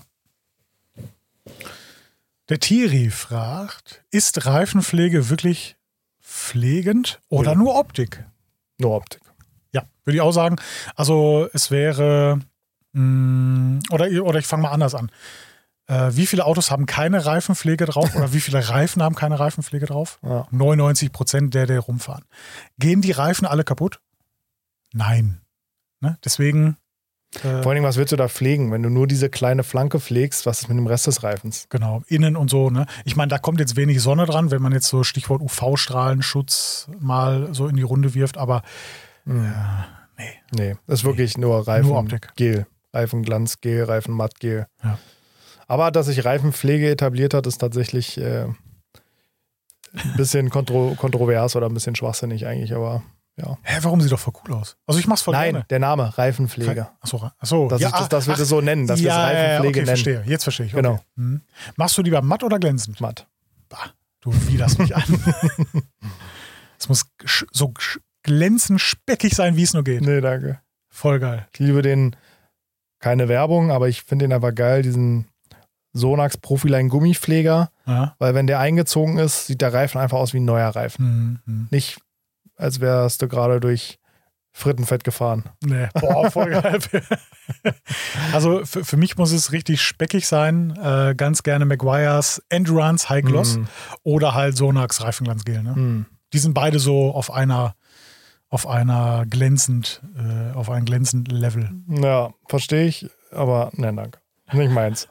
Der Thierry fragt, ist Reifenpflege wirklich pflegend oder ja. nur Optik? Nur Optik. Ja, würde ich auch sagen. Also es wäre, mh, oder, oder ich fange mal anders an. Äh, wie viele Autos haben keine Reifenpflege drauf oder wie viele Reifen haben keine Reifenpflege drauf? Ja. neunundneunzig Prozent der, der rumfahren. Gehen die Reifen alle kaputt? Nein. Ne? Deswegen... Vor allem, was willst du da pflegen? Wenn du nur diese kleine Flanke pflegst, was ist mit dem Rest des Reifens? Genau, innen und so. Ne? Ich meine, da kommt jetzt wenig Sonne dran, wenn man jetzt so Stichwort U V-Strahlenschutz mal so in die Runde wirft, aber mhm. äh, nee. Nee, das ist wirklich nee. nur Reifen, nur Optik. Gel, Reifenglanzgel, Reifenmattgel. Ja. Aber dass sich Reifenpflege etabliert hat, ist tatsächlich äh, ein bisschen kontro- kontrovers oder ein bisschen schwachsinnig eigentlich, aber ja. Hä, warum sieht doch voll cool aus? Also ich mach's voll Nein, gerne. der Name, Reifenpflege. Achso, achso. Das, ja, ist, das, das wird es so nennen, dass ja, wir es Reifenpflege ja, okay, nennen. Verstehe. Jetzt verstehe ich. Okay. Genau. Hm. Machst du lieber matt oder glänzend? Matt. Bah, du widerst mich an. Es muss so glänzend speckig sein, wie es nur geht. Nee, danke. Voll geil. Ich liebe den, keine Werbung, aber ich finde den einfach geil, diesen Sonax Profiline Gummipfleger, ja. weil wenn der eingezogen ist, sieht der Reifen einfach aus wie ein neuer Reifen. Mhm. Nicht, als wärst du gerade durch Frittenfett gefahren. Nee, boah, voll geil. Also für, für mich muss es richtig speckig sein. Äh, ganz gerne Meguiar's Endurance High Gloss mm. oder halt Sonax Reifenglanzgel. Ne? Mm. Die sind beide so auf einer, auf einer glänzend, äh, auf einem glänzenden Level. Ja, verstehe ich, aber nein, danke. Nicht meins.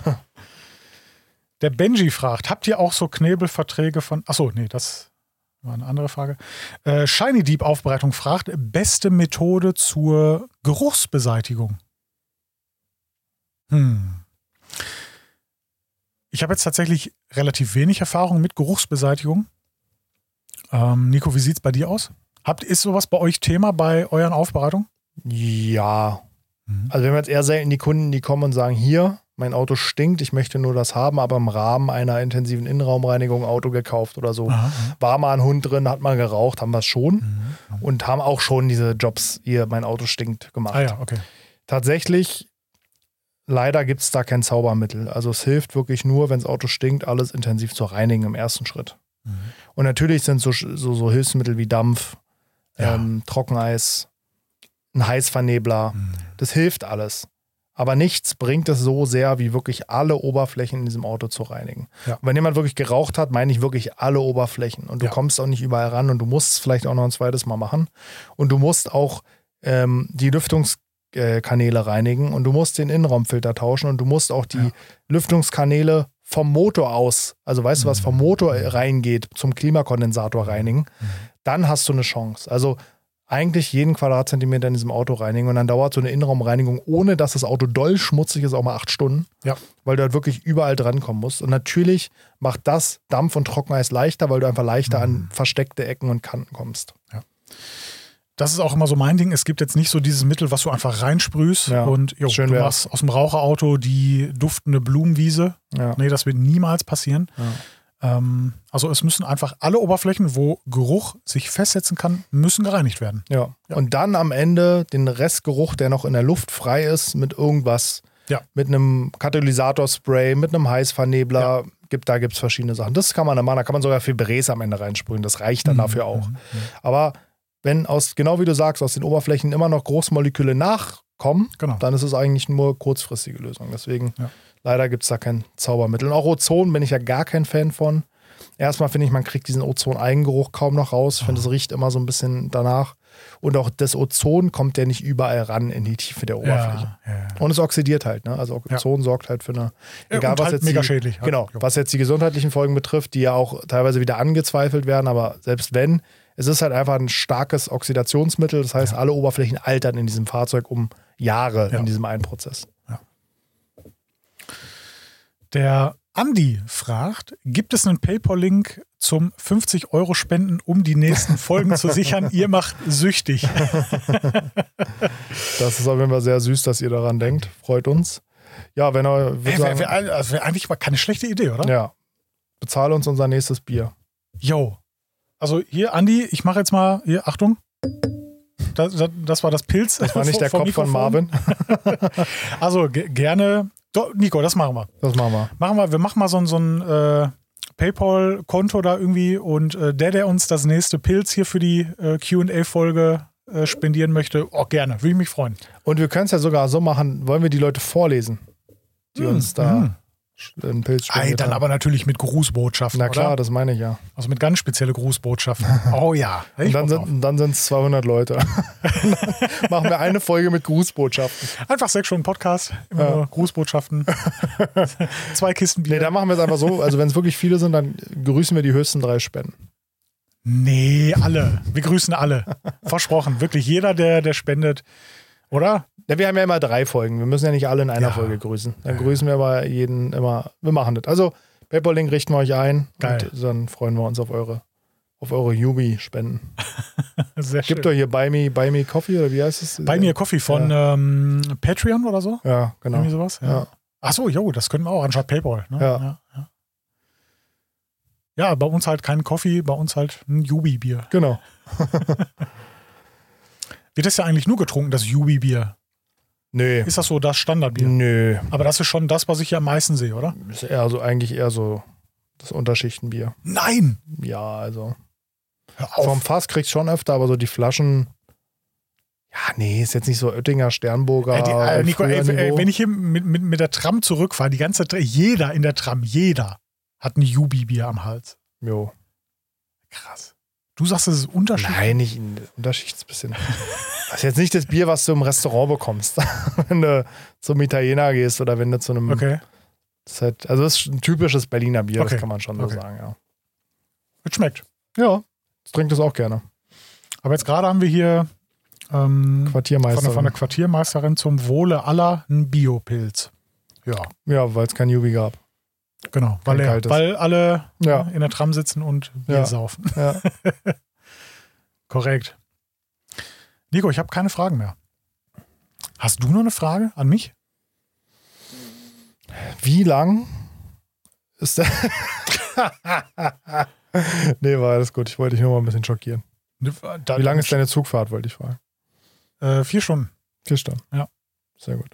Der Benji fragt, habt ihr auch so Knebelverträge von, achso, nee, das war eine andere Frage. Äh, Shiny Deep Aufbereitung fragt, beste Methode zur Geruchsbeseitigung? Hm. Ich habe jetzt tatsächlich relativ wenig Erfahrung mit Geruchsbeseitigung. Ähm, Nico, wie sieht es bei dir aus? Habt, ist sowas bei euch Thema bei euren Aufbereitungen? Ja. Mhm. Also wir haben jetzt eher selten die Kunden, die kommen und sagen, hier, mein Auto stinkt, ich möchte nur das haben, aber im Rahmen einer intensiven Innenraumreinigung Auto gekauft oder so. Aha. War mal ein Hund drin, hat mal geraucht, haben wir es schon. Mhm. Und haben auch schon diese Jobs, hier, mein Auto stinkt, gemacht. Ah ja, okay. Tatsächlich, leider gibt es da kein Zaubermittel. Also es hilft wirklich nur, wenn das Auto stinkt, alles intensiv zu reinigen im ersten Schritt. Mhm. Und natürlich sind so, so, so Hilfsmittel wie Dampf, ja. ähm, Trockeneis, ein Heißvernebler, mhm. das hilft alles. Aber nichts bringt es so sehr, wie wirklich alle Oberflächen in diesem Auto zu reinigen. Ja. Und wenn jemand wirklich geraucht hat, meine ich wirklich alle Oberflächen. Und du ja. kommst auch nicht überall ran und du musst es vielleicht auch noch ein zweites Mal machen. Und du musst auch ähm, die Lüftungskanäle reinigen und du musst den Innenraumfilter tauschen und du musst auch die ja. Lüftungskanäle vom Motor aus, also weißt mhm. du, was vom Motor reingeht, zum Klimakondensator reinigen, mhm. dann hast du eine Chance. Also eigentlich jeden Quadratzentimeter in diesem Auto reinigen und dann dauert so eine Innenraumreinigung, ohne dass das Auto doll schmutzig ist, auch mal acht Stunden, ja. weil du halt wirklich überall drankommen musst. Und natürlich macht das Dampf und Trockeneis leichter, weil du einfach leichter mhm. an versteckte Ecken und Kanten kommst. Ja. Das ist auch immer so mein Ding. Es gibt jetzt nicht so dieses Mittel, was du einfach reinsprühst ja. und jo, Schön du wär's. machst aus dem Raucherauto die duftende Blumenwiese. Ja. Nee, das wird niemals passieren. Ja. Also es müssen einfach alle Oberflächen, wo Geruch sich festsetzen kann, müssen gereinigt werden. Ja. ja. Und dann am Ende den Restgeruch, der noch in der Luft frei ist, mit irgendwas, ja. mit einem Katalysatorspray, mit einem Heißvernebler, ja. gibt, da gibt es verschiedene Sachen. Das kann man dann machen, da kann man sogar Febreze am Ende reinsprühen, das reicht dann mhm. dafür auch. Mhm. Aber wenn aus, genau wie du sagst, aus den Oberflächen immer noch Großmoleküle nachkommen, genau. dann ist es eigentlich nur kurzfristige Lösung. Deswegen ja. leider gibt es da kein Zaubermittel. Und auch Ozon bin ich ja gar kein Fan von. Erstmal finde ich, man kriegt diesen Ozon-Eigengeruch kaum noch raus. Ich finde, es riecht immer so ein bisschen danach. Und auch das Ozon kommt ja nicht überall ran in die Tiefe der Oberfläche. Ja, ja, ja. Und es oxidiert halt. Ne? Also Ozon ja. sorgt halt für eine, egal und was halt jetzt mega die, schädlich. Halt. Genau, was jetzt die gesundheitlichen Folgen betrifft, die ja auch teilweise wieder angezweifelt werden. Aber selbst wenn, es ist halt einfach ein starkes Oxidationsmittel. Das heißt, ja. alle Oberflächen altern in diesem Fahrzeug um Jahre ja. in diesem einen Prozess. Ja. Der Andi fragt, gibt es einen PayPal-Link zum fünfzig Euro Spenden, um die nächsten Folgen zu sichern? Ihr macht süchtig. Das ist auf jeden Fall sehr süß, dass ihr daran denkt. Freut uns. Ja, wenn er... Hey, wäre wär, also wär eigentlich mal keine schlechte Idee, oder? Ja. Bezahle uns unser nächstes Bier. Jo. Also hier, Andi, ich mache jetzt mal, hier, Achtung. Das, das, das war das Pilz. Das war nicht der Kopf von Marvin. Also ge- gerne... Do, Nico, das machen wir. Das machen wir. Machen wir, wir machen mal so ein, so ein äh, PayPal-Konto da irgendwie und äh, der, der uns das nächste Pilz hier für die äh, Q und A-Folge äh, spendieren möchte, auch gerne, würde ich mich freuen. Und wir können es ja sogar so machen, wollen wir die Leute vorlesen, die hm, uns da hm. einen Pilz Ei, spendieren. dann aber natürlich mit Grußbotschaften, Na klar, oder? das meine ich ja. Also mit ganz spezielle Grußbotschaften. Oh ja. Und Ich dann Bock sind dann sind es zweihundert Leute. Machen wir eine Folge mit Grußbotschaften. drauf. Einfach sechs Stunden Podcast, immer Ja. nur Grußbotschaften. Zwei Kisten Bier. Nee, da machen wir es einfach so, also wenn es wirklich viele sind, dann grüßen wir die höchsten drei Spenden. Nee, alle. Wir grüßen alle. Versprochen. Wirklich jeder, der, der spendet. Oder? Ja, wir haben ja immer drei Folgen. Wir müssen ja nicht alle in einer Ja. Folge grüßen. Dann grüßen wir aber jeden immer. Wir machen das. Also, PayPal-Link richten wir euch ein. Geil. Und dann freuen wir uns auf eure, auf eure Yubi-Spenden. Sehr schön. Gibt doch hier Buy Me, Buy Me Coffee oder wie heißt es? Bei mir Coffee von ähm, Patreon oder so? Ja, genau. Irgendwie sowas? Ja. Ja. Achso, jo, das können wir auch, anstatt PayPal. Ne? Ja. Ja, ja. Ja, bei uns halt kein Coffee, bei uns halt ein Yubi-Bier. Genau. Wird das ja eigentlich nur getrunken, das Yubi-Bier? Nee. Ist das so das Standardbier? Nö. Aber das ist schon das, was ich hier am meisten sehe, oder? Ist eher so, eigentlich eher so das Unterschichtenbier. Nein! Ja, also. Hör auf. Vom Fass kriegst du schon öfter, aber so die Flaschen. Ja, nee, ist jetzt nicht so Oettinger, Sternburger. Ey, die, äh, Nico, ey, früher ey, Niveau. wenn ich hier mit, mit, mit der Tram zurückfahre, die ganze Tra- jeder in der Tram, jeder hat ein Yubi-Bier am Hals. Jo. Krass. Du sagst, es ist Unterschied? Nein, nicht ein Unterschied ist ein bisschen. Das ist jetzt nicht das Bier, was du im Restaurant bekommst, wenn du zum Italiener gehst oder wenn du zu einem. Okay. Das ist halt, also das ist ein typisches Berliner Bier, Okay. das kann man schon so Okay. sagen, ja. Es schmeckt. Ja, ich trinke das auch gerne. Aber jetzt gerade haben wir hier ähm, von, Quartiermeister. der, von der Quartiermeisterin zum Wohle aller einen Biopilz. Ja, Ja, weil es kein Yubi gab. genau. Weil, Kein er, kaltes. weil alle Ja. in der Tram sitzen und Bier Ja. saufen. Ja. Korrekt. Nico, ich habe keine Fragen mehr. Hast du noch eine Frage an mich? Wie lang ist der. Nee, war alles gut. Ich wollte dich nur mal ein bisschen schockieren. Da, Wie lang ist deine Zugfahrt, wollte ich fragen. Äh, vier Stunden. Vier Stunden. Ja. Sehr gut.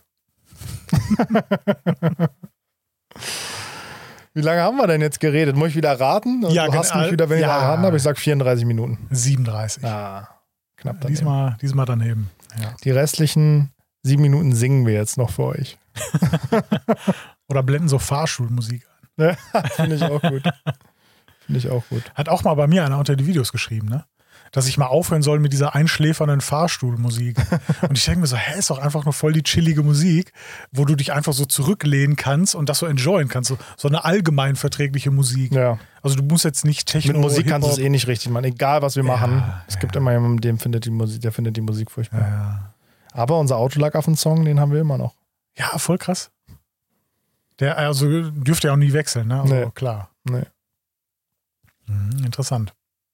Wie lange haben wir denn jetzt geredet? Muss ich wieder raten? Und Ja, du hast genau. mich wieder, wenn ich Ja. erraten habe. Ich sage vierunddreißig Minuten. siebenunddreißig. Ah, knapp daneben. Diesmal, diesmal daneben. Ja. Die restlichen sieben Minuten singen wir jetzt noch für euch. Oder blenden so Fahrschulmusik an. Ja, finde ich auch gut. Finde ich auch gut. Hat auch mal bei mir einer unter die Videos geschrieben, ne? Dass ich mal aufhören soll mit dieser einschläfernden Fahrstuhlmusik. Und ich denke mir so, hä, ist doch einfach nur voll die chillige Musik, wo du dich einfach so zurücklehnen kannst und das so enjoyen kannst. So, so eine allgemein verträgliche Musik. Ja. Also du musst jetzt nicht Techno, Mit Musik kannst du es Hip-Hop- eh nicht richtig machen. Egal, was wir machen. Ja, Es gibt immer jemanden, dem findet die Musik, der findet die Musik furchtbar. Ja. Aber unser Autolackaffen-Song, den haben wir immer noch. Ja, voll krass. Der also dürfte ja auch nie wechseln, ne? Also Nee. klar. Nee. Mhm, interessant.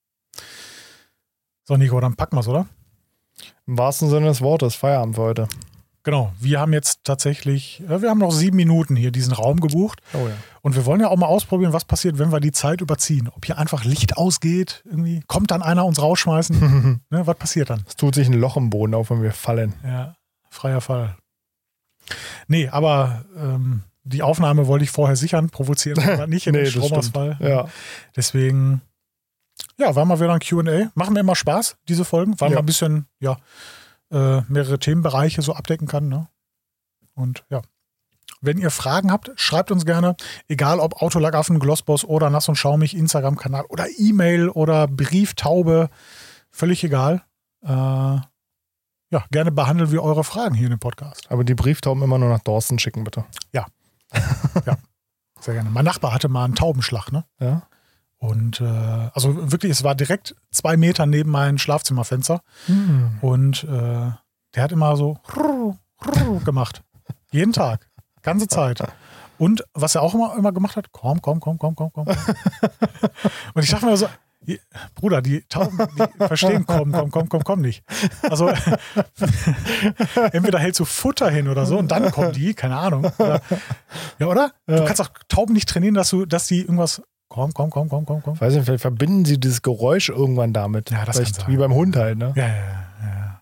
So, Nico, dann packen wir's, oder? Im wahrsten Sinne des Wortes, Feierabend für heute. Genau, wir haben jetzt tatsächlich, ja, wir haben noch sieben Minuten hier diesen Raum gebucht. Oh ja. Und wir wollen ja auch mal ausprobieren, was passiert, wenn wir die Zeit überziehen. Ob hier einfach Licht ausgeht, irgendwie. Kommt dann einer uns rausschmeißen? Ne, was passiert dann? Es tut sich ein Loch im Boden auf, wenn wir fallen. Ja, freier Fall. Nee, aber ähm, die Aufnahme wollte ich vorher sichern, provozieren wir nicht in Nee, den das Stromausfall. Ja. Deswegen, ja, war mal wieder ein Q und A. Machen mir immer Spaß, diese Folgen, weil Ja. man ein bisschen, ja, äh, mehrere Themenbereiche so abdecken kann. Ne? Und ja, wenn ihr Fragen habt, schreibt uns gerne, egal ob Autolackaffen, Glossboss oder Nass und Schaumig, Instagram-Kanal oder E-Mail oder Brieftaube, völlig egal. Äh, ja, gerne behandeln wir eure Fragen hier in dem Podcast. Aber die Brieftauben immer nur nach Dorsten schicken, bitte. Sehr gerne. Mein Nachbar hatte mal einen Taubenschlag, ne? Ja? Und äh, also wirklich, es war direkt zwei Meter neben meinem Schlafzimmerfenster. Hm. Und äh, der hat immer so gemacht. Jeden Tag. Ganze Zeit. Und was er auch immer, immer gemacht hat, komm, komm, komm, komm, komm, komm. Und ich dachte mir so, Bruder, die Tauben, die verstehen, komm, komm, komm, komm, komm nicht. Also entweder hältst du Futter hin oder so und dann kommen die, keine Ahnung. Oder, ja, oder? Du Ja. kannst auch Tauben nicht trainieren, dass du, dass die irgendwas, komm, komm, komm, komm, komm, komm. Weiß nicht, vielleicht verbinden sie dieses Geräusch irgendwann damit. Ja, das vielleicht kann sein. wie beim Hund halt, ne? Ja, ja, ja.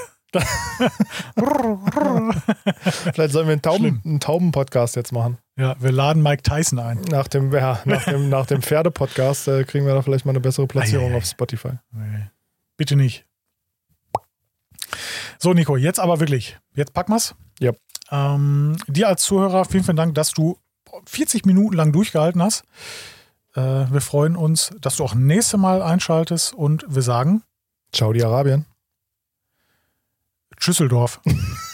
Vielleicht sollen wir einen Tauben, einen Tauben-Podcast jetzt machen. Ja, wir laden Mike Tyson ein. Nach dem, ja, nach dem, nach dem Pferde-Podcast äh, kriegen wir da vielleicht mal eine bessere Platzierung Eieiei. auf Spotify. Nee, bitte nicht. So, Nico, jetzt aber wirklich. Jetzt packen wir's. Ja. Ähm, dir als Zuhörer, vielen, vielen Dank, dass du vierzig Minuten lang durchgehalten hast. Äh, wir freuen uns, dass du auch nächste Mal einschaltest und wir sagen Ciao, die Arabien. Tschüsseldorf.